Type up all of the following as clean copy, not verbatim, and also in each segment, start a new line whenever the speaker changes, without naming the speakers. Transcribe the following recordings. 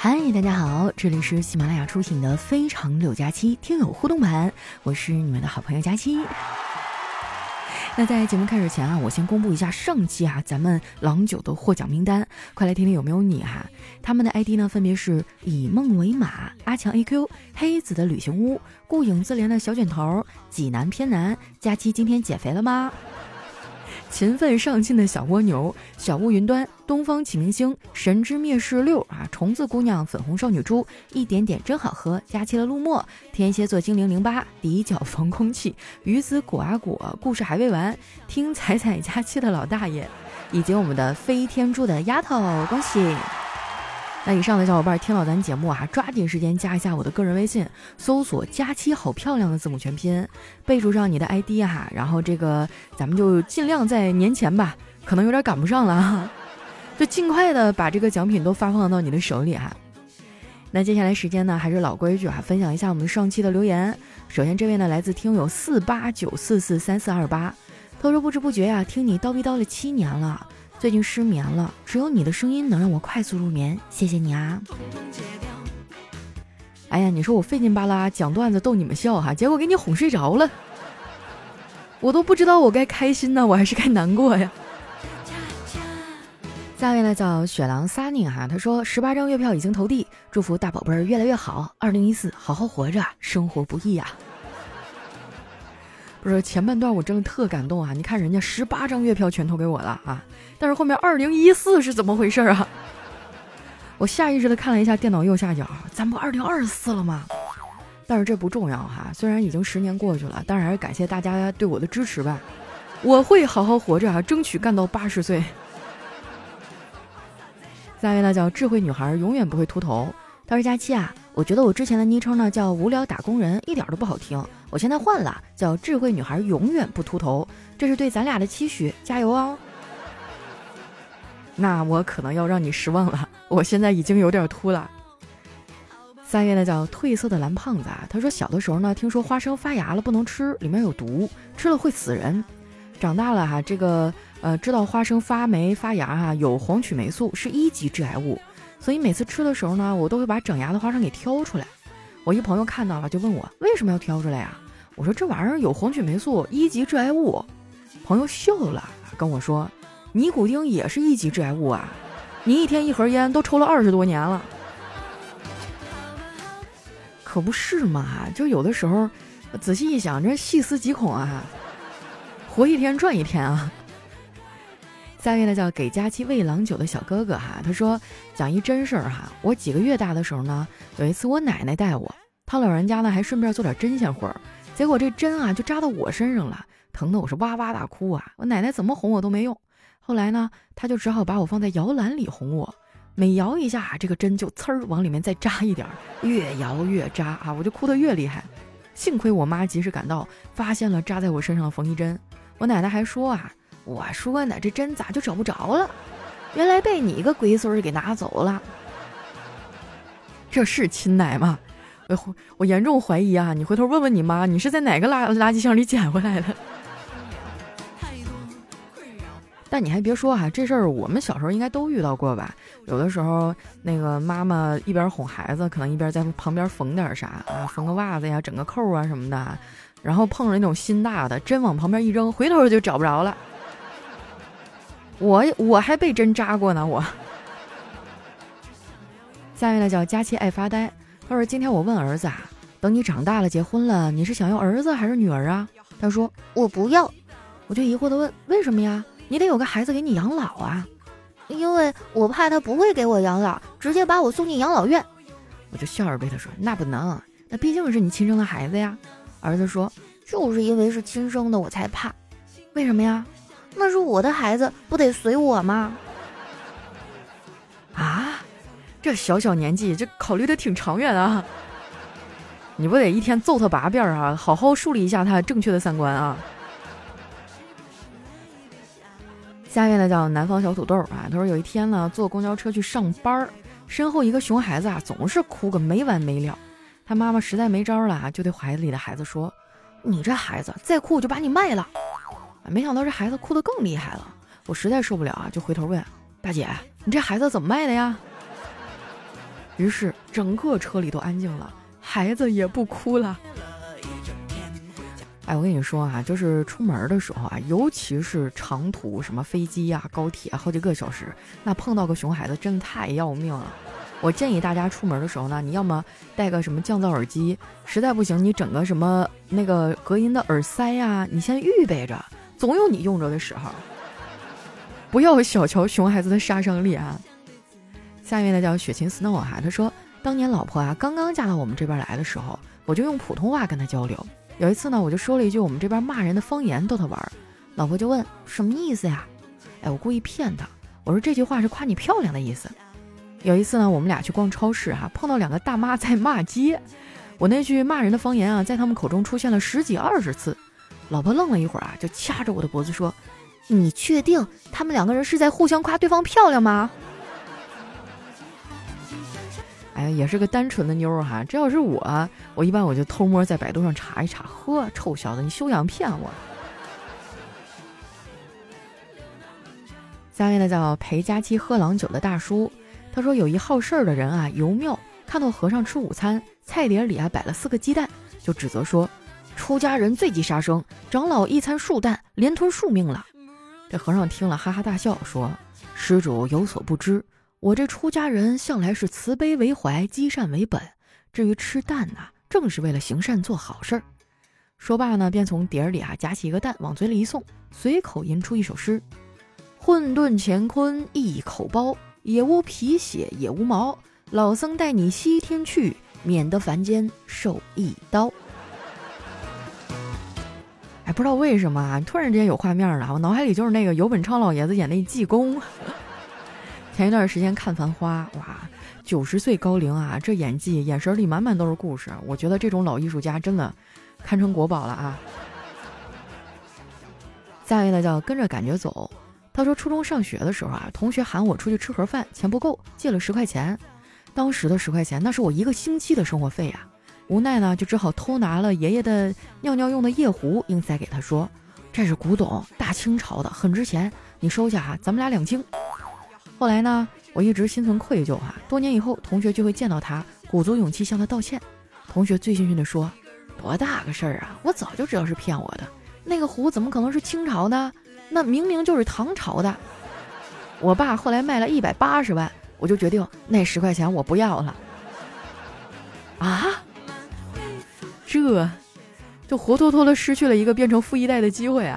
嗨，大家好，这里是喜马拉雅出品的非常六加七听友互动版，我是你们的好朋友佳期。那在节目开始前啊，我先公布一下上期咱们郎酒的获奖名单，快来听听有没有你哈。他们的 ID 呢分别是以梦为马、阿强 AQ、黑子的旅行屋、顾影自怜的小卷头、济南偏南、佳期今天减肥了吗？勤奋上进的小蜗牛、小乌云端、东方启明星、神之灭世六虫子姑娘、粉红少女猪、一点点真好喝、佳期的陆墨、天蝎座精灵08、底角防空气、鱼子果啊果、故事还未完、听彩彩佳期的老大爷，以及我们的飞天猪的丫头，恭喜！那以上的小伙伴听到咱节目抓紧时间加一下我的个人微信，搜索佳期好漂亮的字母全拼，备注上你的 ID 然后这个咱们就尽量在年前吧，可能有点赶不上了就尽快的把这个奖品都发放到你的手里那接下来时间呢，还是老规矩分享一下我们上期的留言。首先这位呢来自听友489443428，他说不知不觉听你叨逼叨了7年了，最近失眠了，只有你的声音能让我快速入眠，谢谢你啊。哎呀，你说我费劲巴拉讲段子逗你们笑结果给你哄睡着了，我都不知道我该开心呢，我还是该难过呀。下面呢叫雪狼撒宁他说18张月票已经投递，祝福大宝贝儿越来越好，2014好好活着，生活不易不是前半段我真的特感动你看人家18张月票全投给我了但是后面2014是怎么回事我下意识的看了一下电脑右下角，咱不2024了吗？但是这不重要虽然已经10年过去了，但是还是感谢大家对我的支持吧，我会好好活着争取干到80岁。下一位呢叫智慧女孩永远不会秃头，他说佳期我觉得我之前的昵称呢叫无聊打工人一点都不好听，我现在换了，叫智慧女孩永远不秃头，这是对咱俩的期许，加油哦。那我可能要让你失望了，我现在已经有点秃了。3月呢叫褪色的蓝胖子他说小的时候呢听说花生发芽了不能吃，里面有毒，吃了会死人。长大了这个知道花生发霉发芽有黄曲霉素，是1级致癌物，所以每次吃的时候呢我都会把整芽的花生给挑出来。我一朋友看到了就问我为什么要挑出来我说这玩意儿有黄曲霉素1级致癌物。朋友笑了跟我说尼古丁也是1级致癌物你一天1盒烟都抽了20多年了。可不是嘛，就有的时候仔细一想，这细思极恐活一天赚一天下面呢叫给佳期喂郎酒的小哥哥他说讲一真事儿我几个月大的时候呢，有一次我奶奶带我，他老人家呢还顺便做点针线活，结果这针就扎到我身上了，疼得我是哇哇大哭我奶奶怎么哄我都没用。后来呢他就只好把我放在摇篮里哄我，每摇一下这个针就呲儿往里面再扎一点，越摇越扎我就哭得越厉害。幸亏我妈及时赶到，发现了扎在我身上的缝衣针。我奶奶还说我说呢这针咋就找不着了，原来被你一个龟孙儿给拿走了。这是亲奶吗？我严重怀疑你回头问问你妈，你是在哪个垃圾箱里捡回来的。但你还别说这事儿我们小时候应该都遇到过吧。有的时候那个妈妈一边哄孩子，可能一边在旁边缝点啥缝个袜子呀，整个扣什么的，然后碰着那种心大的，针往旁边一扔，回头就找不着了。我还被针扎过呢我。下面呢叫佳期爱发呆，他说今天我问儿子等你长大了结婚了，你是想要儿子还是女儿他说我不要。我就疑惑的问为什么呀？你得有个孩子给你养老因为我怕他不会给我养老，直接把我送进养老院。我就笑着对他说那不能，那毕竟是你亲生的孩子呀。儿子说就是因为是亲生的我才怕。为什么呀？那是我的孩子，不得随我吗？这小小年纪这考虑的挺长远你不得一天揍他8遍好好树立一下他正确的3观下面呢叫南方小土豆他说有一天呢坐公交车去上班，身后一个熊孩子总是哭个没完没了，他妈妈实在没招了就对怀里的孩子说你这孩子再哭我就把你卖了。没想到这孩子哭得更厉害了，我实在受不了就回头问大姐你这孩子怎么卖的呀？ 于是整个车里都安静了，孩子也不哭了。哎，我跟你说啊，就是出门的时候啊，尤其是长途，什么飞机啊、高铁啊，好几个小时，那碰到个熊孩子真的太要命了。我建议大家出门的时候呢，你要么带个什么降噪耳机，实在不行你整个什么那个隔音的耳塞啊，你先预备着，总有你用着的时候。不要小瞧熊孩子的杀伤力啊！下一位呢叫雪琴 Snow 哈，他说当年老婆啊刚刚嫁到我们这边来的时候，我就用普通话跟她交流。有一次呢，我就说了一句我们这边骂人的方言逗她玩，老婆就问什么意思呀？哎，我故意骗她，我说这句话是夸你漂亮的意思。有一次呢，我们俩去逛超市啊，碰到两个大妈在骂街，我那句骂人的方言啊，在他们口中出现了10几20次。老婆愣了一会儿啊，就掐着我的脖子说：“你确定他们两个人是在互相夸对方漂亮吗？”哎呀，也是个单纯的妞儿哈。这要是我一般我就偷摸在百度上查一查，呵，臭小子，你休想骗我！下面呢叫陪佳期喝郎酒的大叔，他说有一好事儿的人啊，游庙看到和尚吃午餐，菜碟里啊摆了4个鸡蛋，就指责说：“出家人罪忌杀生，长老一餐数蛋，连吞数命了。”这和尚听了哈哈大笑，说：“施主有所不知，我这出家人向来是慈悲为怀，积善为本。至于吃蛋呐，正是为了行善做好事儿。”说罢呢，便从碟里啊夹起一个蛋往嘴里一送，随口吟出一首诗：“混沌乾坤一口包，也无皮血也无毛。老僧带你西天去，免得凡间受一刀。”哎，不知道为什么啊，突然之间有画面了，我脑海里就是那个游本昌老爷子演那济公。前一段时间看《繁花》，哇，90岁高龄啊，这演技，眼神里满满都是故事。我觉得这种老艺术家真的堪称国宝了啊。下一位呢叫跟着感觉走，他说初中上学的时候啊，同学喊我出去吃盒饭，钱不够，借了10块钱。当时的10块钱，那是我1个星期的生活费呀。无奈呢，就只好偷拿了爷爷的尿尿用的夜壶，硬塞给他说：“这是古董，大清朝的，很值钱，你收下啊，咱们俩2清。”后来呢，我一直心存愧疚啊。多年以后，同学聚会见到他，鼓足勇气向他道歉。同学醉醺醺地说：“多大个事儿啊！我早就知道是骗我的。那个壶怎么可能是清朝的？那明明就是唐朝的。我爸后来卖了180万，我就决定那10块钱我不要了。”啊！这就活脱脱的失去了一个变成富一代的机会啊！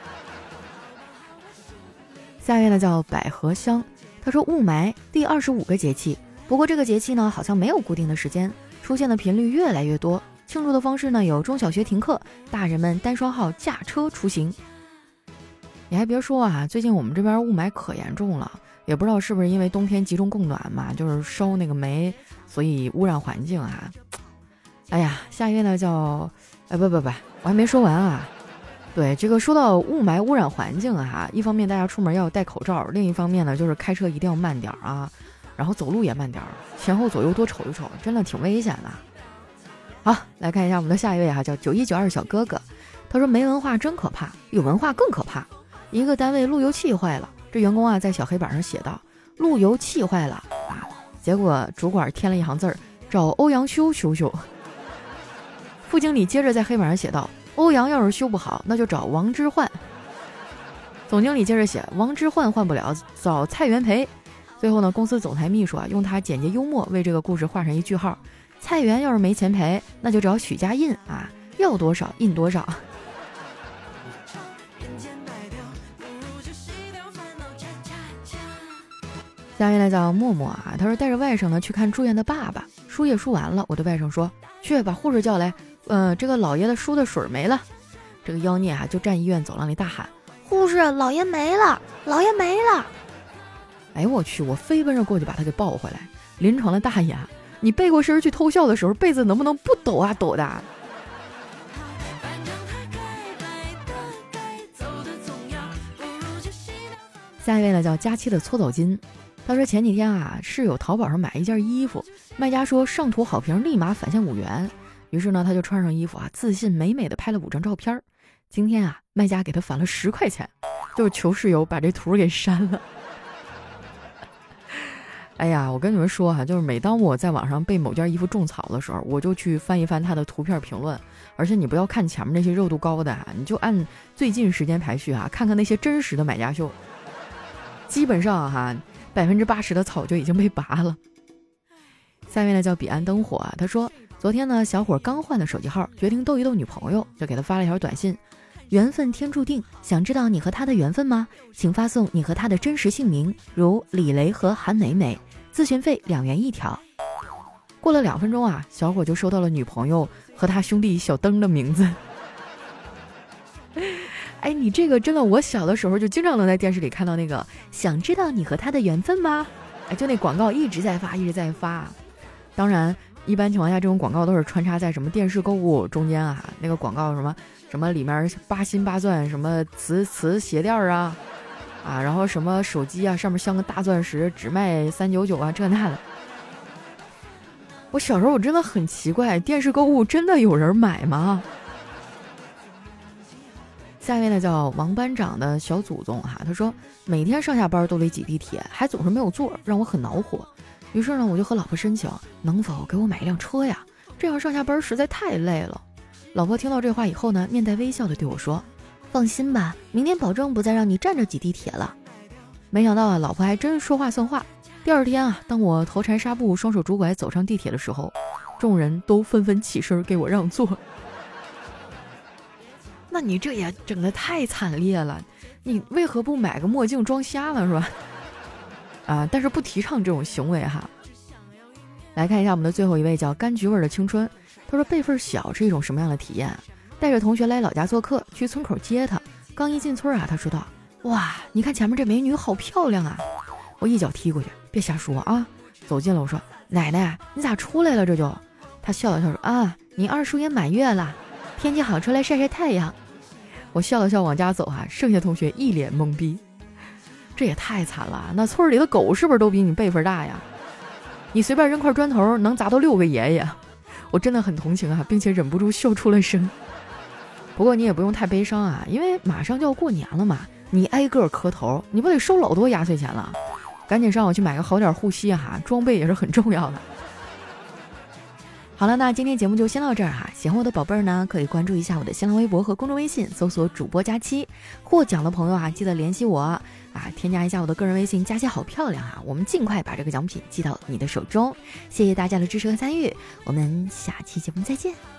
下一位呢叫百合香，他说雾霾第25个节气，不过这个节气呢好像没有固定的时间，出现的频率越来越多。庆祝的方式呢有中小学停课，大人们单双号驾车出行。你还别说啊，最近我们这边雾霾可严重了，也不知道是不是因为冬天集中供暖嘛，就是烧那个煤，所以污染环境啊。哎呀，下一位呢叫，不，我还没说完啊。对，这个说到雾霾污染环境啊，一方面大家出门要戴口罩，另一方面呢就是开车一定要慢点啊，然后走路也慢点，前后左右多瞅一瞅，真的挺危险的。好，来看一下我们的下一位啊，叫9192小哥哥，他说没文化真可怕，有文化更可怕。一个单位路由器坏了，这员工啊在小黑板上写道：“路由器坏了啊。”结果主管添了一行字儿：“找欧阳修修修。”副经理接着在黑板上写道：“欧阳要是修不好，那就找王之涣。”总经理接着写：“王之涣换不了，找蔡元培。”最后呢，公司总裁秘书啊用他简洁幽默为这个故事画上一句号：“蔡元要是没钱赔，那就找许家印啊，要多少印多少。”下面呢叫默默啊，他说带着外甥呢去看住院的爸爸，输液输完了，我对外甥说：“去把护士叫来，这个老爷的输的水没了。”这个妖孽啊就站医院走廊里大喊：“护士，老爷没了，老爷没了！”哎我去，我飞奔着过去把他给抱回来。临床的大爷啊，你背过身去偷笑的时候，被子能不能不抖啊抖的？下一位呢叫佳期的搓澡巾，他说前几天啊室友淘宝上买一件衣服，卖家说上图好评立马返现5元，于是呢他就穿上衣服啊自信美美的拍了5张照片。今天啊卖家给他返了10块钱，就是求室友把这图给删了。 哎呀，我跟你们说哈，就是每当我在网上被某件衣服种草的时候，我就去翻一翻它的图片评论。而且你不要看前面那些热度高的你就按最近时间排序看看那些真实的买家秀。基本上80%的草就已经被拔了。下面呢叫彼岸灯火他说昨天呢小伙刚换的手机号，决定逗一逗女朋友，就给她发了一条短信：缘分天注定，想知道你和他的缘分吗？请发送你和他的真实姓名，如李雷和韩美美，咨询费2元1条。过了2分钟小伙就收到了女朋友和他兄弟小灯的名字。哎，你这个真的，我小的时候就经常能在电视里看到那个想知道你和他的缘分吗？哎，就那广告一直在发一直在发。当然一般情况下这种广告都是穿插在什么电视购物中间那个广告什么里面8心8钻什么磁鞋垫然后什么手机上面镶个大钻石只卖399这那的。我小时候我真的很奇怪，电视购物真的有人买吗？下面呢叫王班长的小祖宗他说每天上下班都得挤地铁，还总是没有座，让我很恼火。于是呢我就和老婆申请能否给我买一辆车呀，这样上下班实在太累了。老婆听到这话以后呢，面带微笑的对我说：放心吧，明天保证不再让你站着挤地铁了。没想到老婆还真说话算话。第二天当我头缠纱布双手拄拐走上地铁的时候，众人都纷纷起身给我让座。那你这也整得太惨烈了，你为何不买个墨镜装瞎呢，是吧？但是不提倡这种行为来看一下我们的最后一位叫柑橘味的青春。他说辈分小是一种什么样的体验？带着同学来老家做客，去村口接他，刚一进村他说道：哇，你看前面这美女好漂亮啊！我一脚踢过去，别瞎说走近了我说：奶奶你咋出来了这就？他笑了笑说：你二叔也满月了，天气好出来晒晒太阳。我笑了笑往家走剩下同学一脸懵逼。这也太惨了，那村里的狗是不是都比你辈分大呀？你随便扔块砖头能砸到6个爷爷。我真的很同情并且忍不住笑出了声。不过你也不用太悲伤因为马上就要过年了嘛，你挨个磕头，你不得收老多压岁钱了？赶紧上我去买个好点护膝装备也是很重要的。好了，那今天节目就先到这儿喜欢我的宝贝儿呢，可以关注一下我的新浪微博和公众微信，搜索主播佳期。获奖的朋友记得联系我添加一下我的个人微信，佳期好漂亮我们尽快把这个奖品寄到你的手中。谢谢大家的支持和参与，我们下期节目再见。